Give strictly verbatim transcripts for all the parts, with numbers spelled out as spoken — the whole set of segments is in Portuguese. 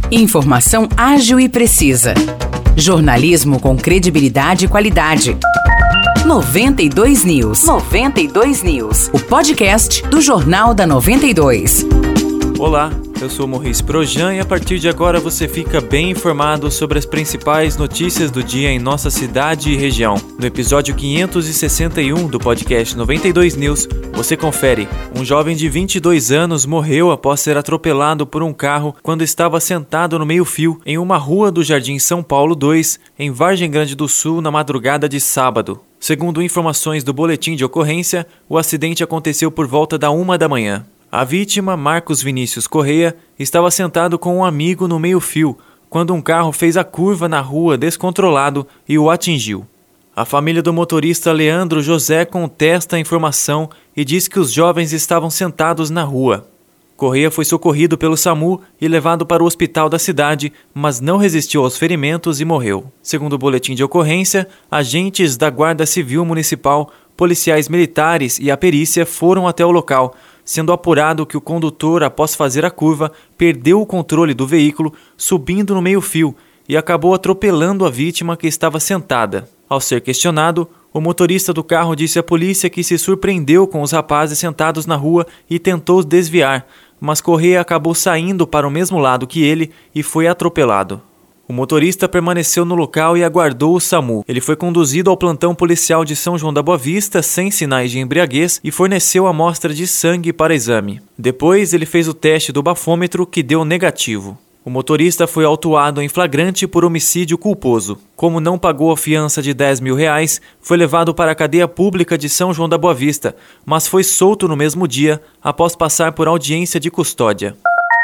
Informação ágil e precisa. Jornalismo com credibilidade e qualidade. noventa e dois News. noventa e dois News. O podcast do Jornal da noventa e dois. Olá, eu sou Maurice Projan e a partir de agora você fica bem informado sobre as principais notícias do dia em nossa cidade e região. No episódio quinhentos e sessenta e um do podcast noventa e dois News, você confere. Um jovem de vinte e dois anos morreu após ser atropelado por um carro quando estava sentado no meio-fio em uma rua do Jardim São Paulo dois, em Vargem Grande do Sul, na madrugada de sábado. Segundo informações do boletim de ocorrência, o acidente aconteceu por volta da uma da manhã. A vítima, Marcos Vinícius Correia, estava sentado com um amigo no meio-fio quando um carro fez a curva na rua descontrolado e o atingiu. A família do motorista Leandro José contesta a informação e diz que os jovens estavam sentados na rua. Correia foi socorrido pelo SAMU e levado para o hospital da cidade, mas não resistiu aos ferimentos e morreu. Segundo o boletim de ocorrência, agentes da Guarda Civil Municipal, policiais militares e a perícia foram até o local, sendo apurado que o condutor, após fazer a curva, perdeu o controle do veículo, subindo no meio-fio e acabou atropelando a vítima que estava sentada. Ao ser questionado, o motorista do carro disse à polícia que se surpreendeu com os rapazes sentados na rua e tentou desviar, mas Correia acabou saindo para o mesmo lado que ele e foi atropelado. O motorista permaneceu no local e aguardou o SAMU. Ele foi conduzido ao plantão policial de São João da Boa Vista sem sinais de embriaguez e forneceu amostra de sangue para exame. Depois, ele fez o teste do bafômetro, que deu negativo. O motorista foi autuado em flagrante por homicídio culposo. Como não pagou a fiança de dez mil reais, foi levado para a cadeia pública de São João da Boa Vista, mas foi solto no mesmo dia após passar por audiência de custódia.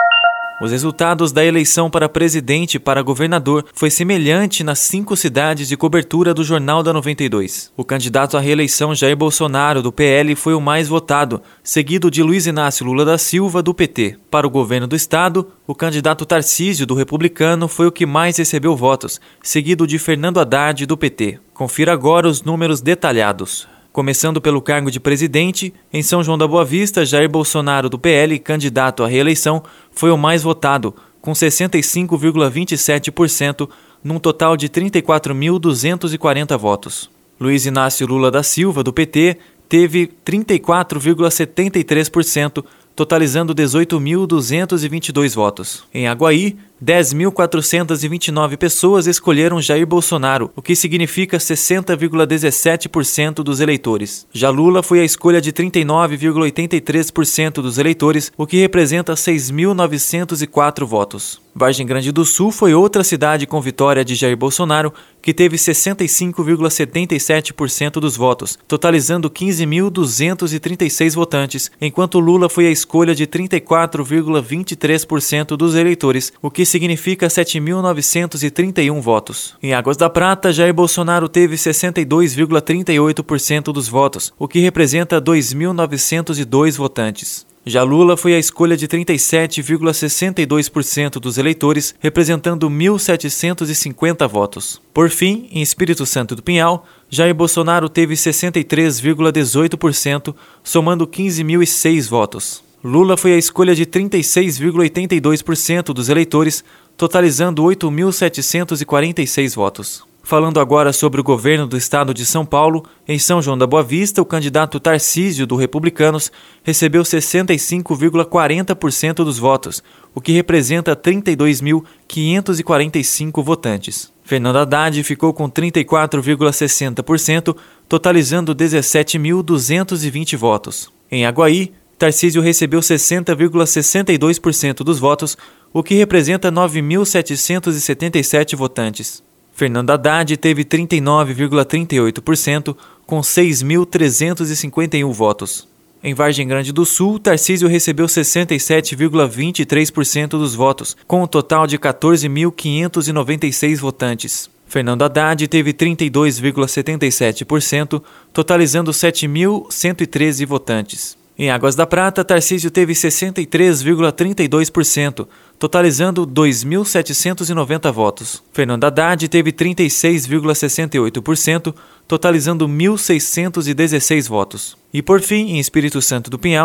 Os resultados da eleição para presidente e para governador foi semelhante nas cinco cidades de cobertura do Jornal da noventa e dois. O candidato à reeleição Jair Bolsonaro, do P L, foi o mais votado, seguido de Luiz Inácio Lula da Silva, do P T. Para o governo do estado, o candidato Tarcísio, do Republicano, foi o que mais recebeu votos, seguido de Fernando Haddad, do P T. Confira agora os números detalhados. Começando pelo cargo de presidente, em São João da Boa Vista, Jair Bolsonaro, do P L, candidato à reeleição, foi o mais votado, com sessenta e cinco vírgula vinte e sete por cento, num total de trinta e quatro mil duzentos e quarenta votos. Luiz Inácio Lula da Silva, do P T, teve trinta e quatro vírgula setenta e três por cento, totalizando dezoito mil duzentos e vinte e dois votos. Em Aguaí, dez mil quatrocentas e vinte e nove pessoas escolheram Jair Bolsonaro, o que significa sessenta vírgula dezessete por cento dos eleitores. Já Lula foi a escolha de trinta e nove vírgula oitenta e três por cento dos eleitores, o que representa seis mil novecentos e quatro votos. Vargem Grande do Sul foi outra cidade com vitória de Jair Bolsonaro, que teve sessenta e cinco vírgula setenta e sete por cento dos votos, totalizando quinze mil duzentos e trinta e seis votantes, enquanto Lula foi a escolha de trinta e quatro vírgula vinte e três por cento dos eleitores, o que significa sete mil novecentos e trinta e um votos. Em Águas da Prata, Jair Bolsonaro teve sessenta e dois vírgula trinta e oito por cento dos votos, o que representa dois mil novecentos e dois votantes. Já Lula foi a escolha de trinta e sete vírgula sessenta e dois por cento dos eleitores, representando mil setecentos e cinquenta votos. Por fim, em Espírito Santo do Pinhal, Jair Bolsonaro teve sessenta e três vírgula dezoito por cento, somando quinze mil e seis votos. Lula foi a escolha de trinta e seis vírgula oitenta e dois por cento dos eleitores, totalizando oito mil setecentos e quarenta e seis votos. Falando agora sobre o governo do estado de São Paulo, em São João da Boa Vista, o candidato Tarcísio, do Republicanos, recebeu sessenta e cinco vírgula quarenta por cento dos votos, o que representa trinta e dois mil quinhentos e quarenta e cinco votantes. Fernando Haddad ficou com trinta e quatro vírgula sessenta por cento, totalizando dezessete mil duzentos e vinte votos. Em Aguaí, Tarcísio recebeu sessenta vírgula sessenta e dois por cento dos votos, o que representa nove mil setecentos e setenta e sete votantes. Fernando Haddad teve trinta e nove vírgula trinta e oito por cento, com seis mil trezentos e cinquenta e um votos. Em Vargem Grande do Sul, Tarcísio recebeu sessenta e sete vírgula vinte e três por cento dos votos, com um total de quatorze mil quinhentos e noventa e seis votantes. Fernando Haddad teve trinta e dois vírgula setenta e sete por cento, totalizando sete mil cento e treze votantes. Em Águas da Prata, Tarcísio teve sessenta e três vírgula trinta e dois por cento, totalizando dois mil setecentos e noventa votos. Fernando Haddad teve trinta e seis vírgula sessenta e oito por cento, totalizando mil seiscentos e dezesseis votos. E por fim, em Espírito Santo do Pinhal,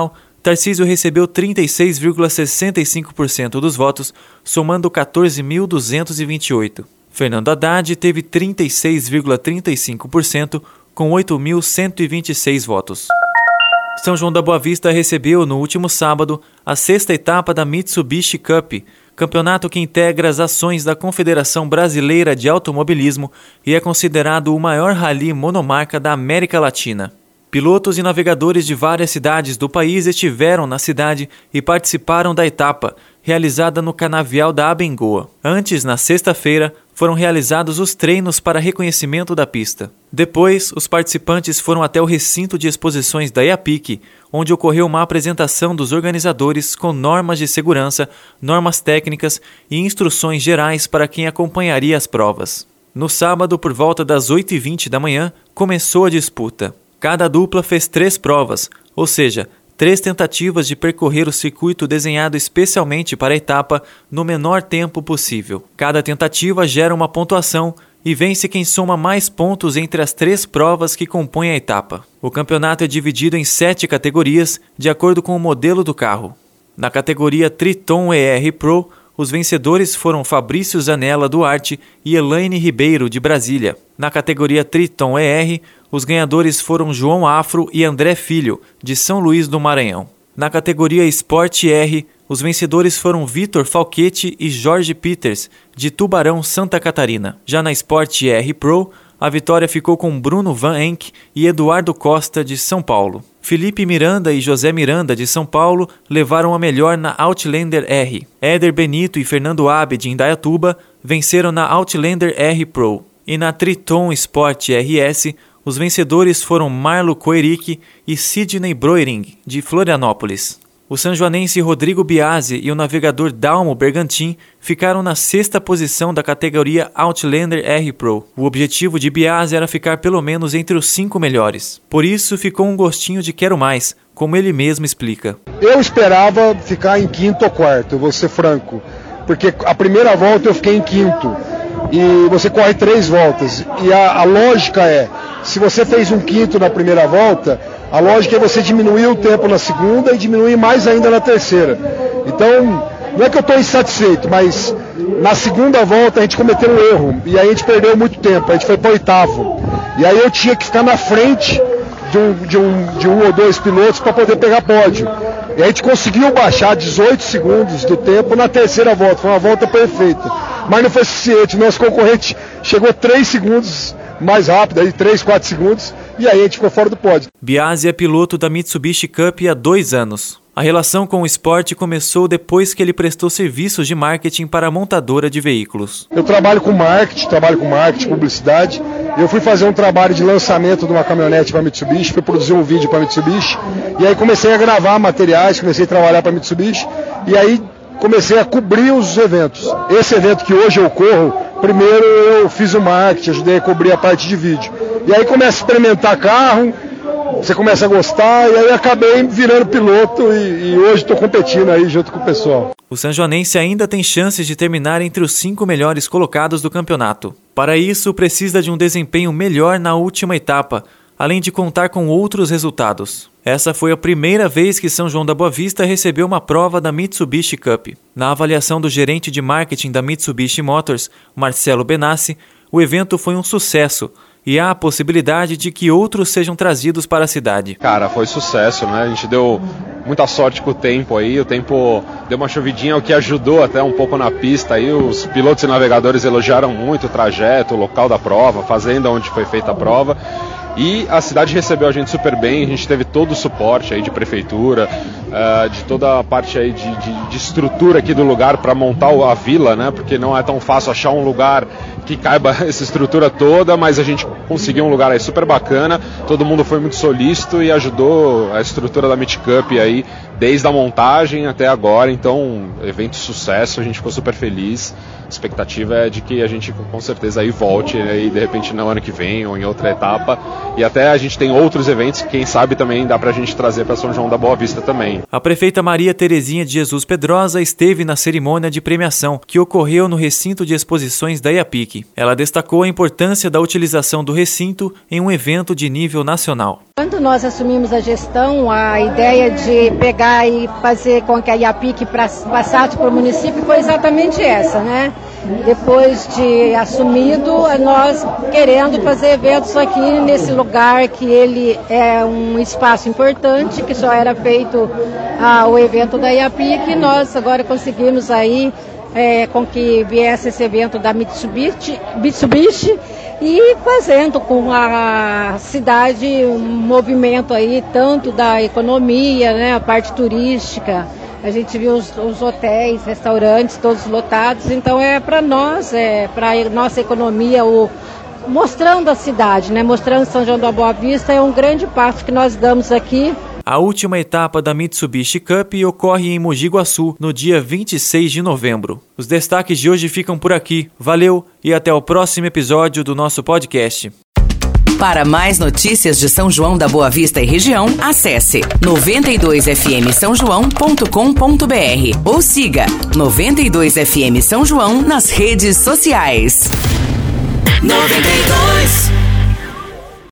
Tarcísio recebeu trinta e seis vírgula sessenta e cinco por cento dos votos, somando quatorze mil duzentos e vinte e oito. Fernando Haddad teve trinta e seis vírgula trinta e cinco por cento, com oito mil cento e vinte e seis votos. São João da Boa Vista recebeu, no último sábado, a sexta etapa da Mitsubishi Cup, campeonato que integra as ações da Confederação Brasileira de Automobilismo e é considerado o maior rally monomarca da América Latina. Pilotos e navegadores de várias cidades do país estiveram na cidade e participaram da etapa, realizada no Canavial da Abengoa. Antes, na sexta-feira, foram realizados os treinos para reconhecimento da pista. Depois, os participantes foram até o recinto de exposições da IAPIC, onde ocorreu uma apresentação dos organizadores com normas de segurança, normas técnicas e instruções gerais para quem acompanharia as provas. No sábado, por volta das oito e vinte da manhã, começou a disputa. Cada dupla fez três provas, ou seja, três tentativas de percorrer o circuito desenhado especialmente para a etapa no menor tempo possível. Cada tentativa gera uma pontuação e vence quem soma mais pontos entre as três provas que compõem a etapa. O campeonato é dividido em sete categorias, de acordo com o modelo do carro. Na categoria Triton E R Pro, os vencedores foram Fabrício Zanella Duarte e Elaine Ribeiro, de Brasília. Na categoria Triton E R, os ganhadores foram João Afro e André Filho, de São Luís do Maranhão. Na categoria Sport R, os vencedores foram Vitor Falquete e Jorge Peters, de Tubarão, Santa Catarina. Já na Sport R Pro, a vitória ficou com Bruno Van Enck e Eduardo Costa, de São Paulo. Felipe Miranda e José Miranda, de São Paulo, levaram a melhor na Outlander R. Éder Benito e Fernando Abed, de Indaiatuba, venceram na Outlander R Pro. E na Triton Sport R S, os vencedores foram Marlo Coeric e Sidney Broering, de Florianópolis. O sanjoanense Rodrigo Biasi e o navegador Dalmo Bergantin ficaram na sexta posição da categoria Outlander R Pro. O objetivo de Biasi era ficar pelo menos entre os cinco melhores. Por isso ficou um gostinho de quero mais, como ele mesmo explica. Eu esperava ficar em quinto ou quarto, vou ser franco, porque a primeira volta eu fiquei em quinto e você corre três voltas e a, a lógica é, se você fez um quinto na primeira volta, a lógica é você diminuir o tempo na segunda e diminuir mais ainda na terceira. Então, não é que eu estou insatisfeito, mas na segunda volta a gente cometeu um erro e aí a gente perdeu muito tempo, a gente foi para o oitavo. E aí eu tinha que ficar na frente de um, de um, de um ou dois pilotos para poder pegar pódio. E a gente conseguiu baixar dezoito segundos do tempo na terceira volta, foi uma volta perfeita. Mas não foi suficiente, nosso concorrente chegou três segundos mais rápido, aí três, quatro segundos, e aí a gente ficou fora do pódio. Biasi é piloto da Mitsubishi Cup há dois anos. A relação com o esporte começou depois que ele prestou serviços de marketing para a montadora de veículos. Eu trabalho com marketing, trabalho com marketing, publicidade. Eu fui fazer um trabalho de lançamento de uma caminhonete para a Mitsubishi, fui produzir um vídeo para a Mitsubishi, e aí comecei a gravar materiais, comecei a trabalhar para a Mitsubishi, e aí comecei a cobrir os eventos. Esse evento que hoje eu corro, primeiro eu fiz o marketing, ajudei a cobrir a parte de vídeo. E aí começa a experimentar carro, você começa a gostar, e aí acabei virando piloto e, e hoje estou competindo aí junto com o pessoal. O sanjoanense ainda tem chances de terminar entre os cinco melhores colocados do campeonato. Para isso, precisa de um desempenho melhor na última etapa, além de contar com outros resultados. Essa foi a primeira vez que São João da Boa Vista recebeu uma prova da Mitsubishi Cup. Na avaliação do gerente de marketing da Mitsubishi Motors, Marcelo Benassi, o evento foi um sucesso e há a possibilidade de que outros sejam trazidos para a cidade. Cara, foi sucesso, né? A gente deu muita sorte com o tempo aí, o tempo deu uma chovidinha, o que ajudou até um pouco na pista aí. Os pilotos e navegadores elogiaram muito o trajeto, o local da prova, a fazenda onde foi feita a prova. E a cidade recebeu a gente super bem, a gente teve todo o suporte aí de prefeitura, uh, de toda a parte aí de, de, de estrutura aqui do lugar para montar a vila, né? Porque não é tão fácil achar um lugar que caiba essa estrutura toda, mas a gente conseguiu um lugar aí super bacana, todo mundo foi muito solícito e ajudou a estrutura da Mid Cup aí, desde a montagem até agora, então, evento sucesso, a gente ficou super feliz. A expectativa é de que a gente com certeza aí volte aí de repente no ano que vem ou em outra etapa e até a gente tem outros eventos que quem sabe também dá pra gente trazer para São João da Boa Vista também. A prefeita Maria Terezinha de Jesus Pedrosa esteve na cerimônia de premiação que ocorreu no recinto de exposições da IAPIC. Ela destacou a importância da utilização do recinto em um evento de nível nacional. Quando nós assumimos a gestão, a ideia de pegar e fazer com que a IAPIC passasse para o município foi exatamente essa, né? Depois de assumido, nós querendo fazer eventos aqui nesse lugar que ele é um espaço importante, que só era feito ah, o evento da IAPIC, nós agora conseguimos aí é, com que viesse esse evento da Mitsubishi, Mitsubishi e fazendo com a cidade um movimento aí, tanto da economia, né, a parte turística. A gente viu os, os hotéis, restaurantes, todos lotados, então é para nós, é para a nossa economia, o, mostrando a cidade, né? Mostrando São João da Boa Vista, é um grande passo que nós damos aqui. A última etapa da Mitsubishi Cup ocorre em Mogi Guaçu, no dia vinte e seis de novembro. Os destaques de hoje ficam por aqui. Valeu e até o próximo episódio do nosso podcast. Para mais notícias de São João da Boa Vista e região, acesse noventa e dois f m são joão ponto com ponto b r ou siga noventa e dois F M São João nas redes sociais. noventa e dois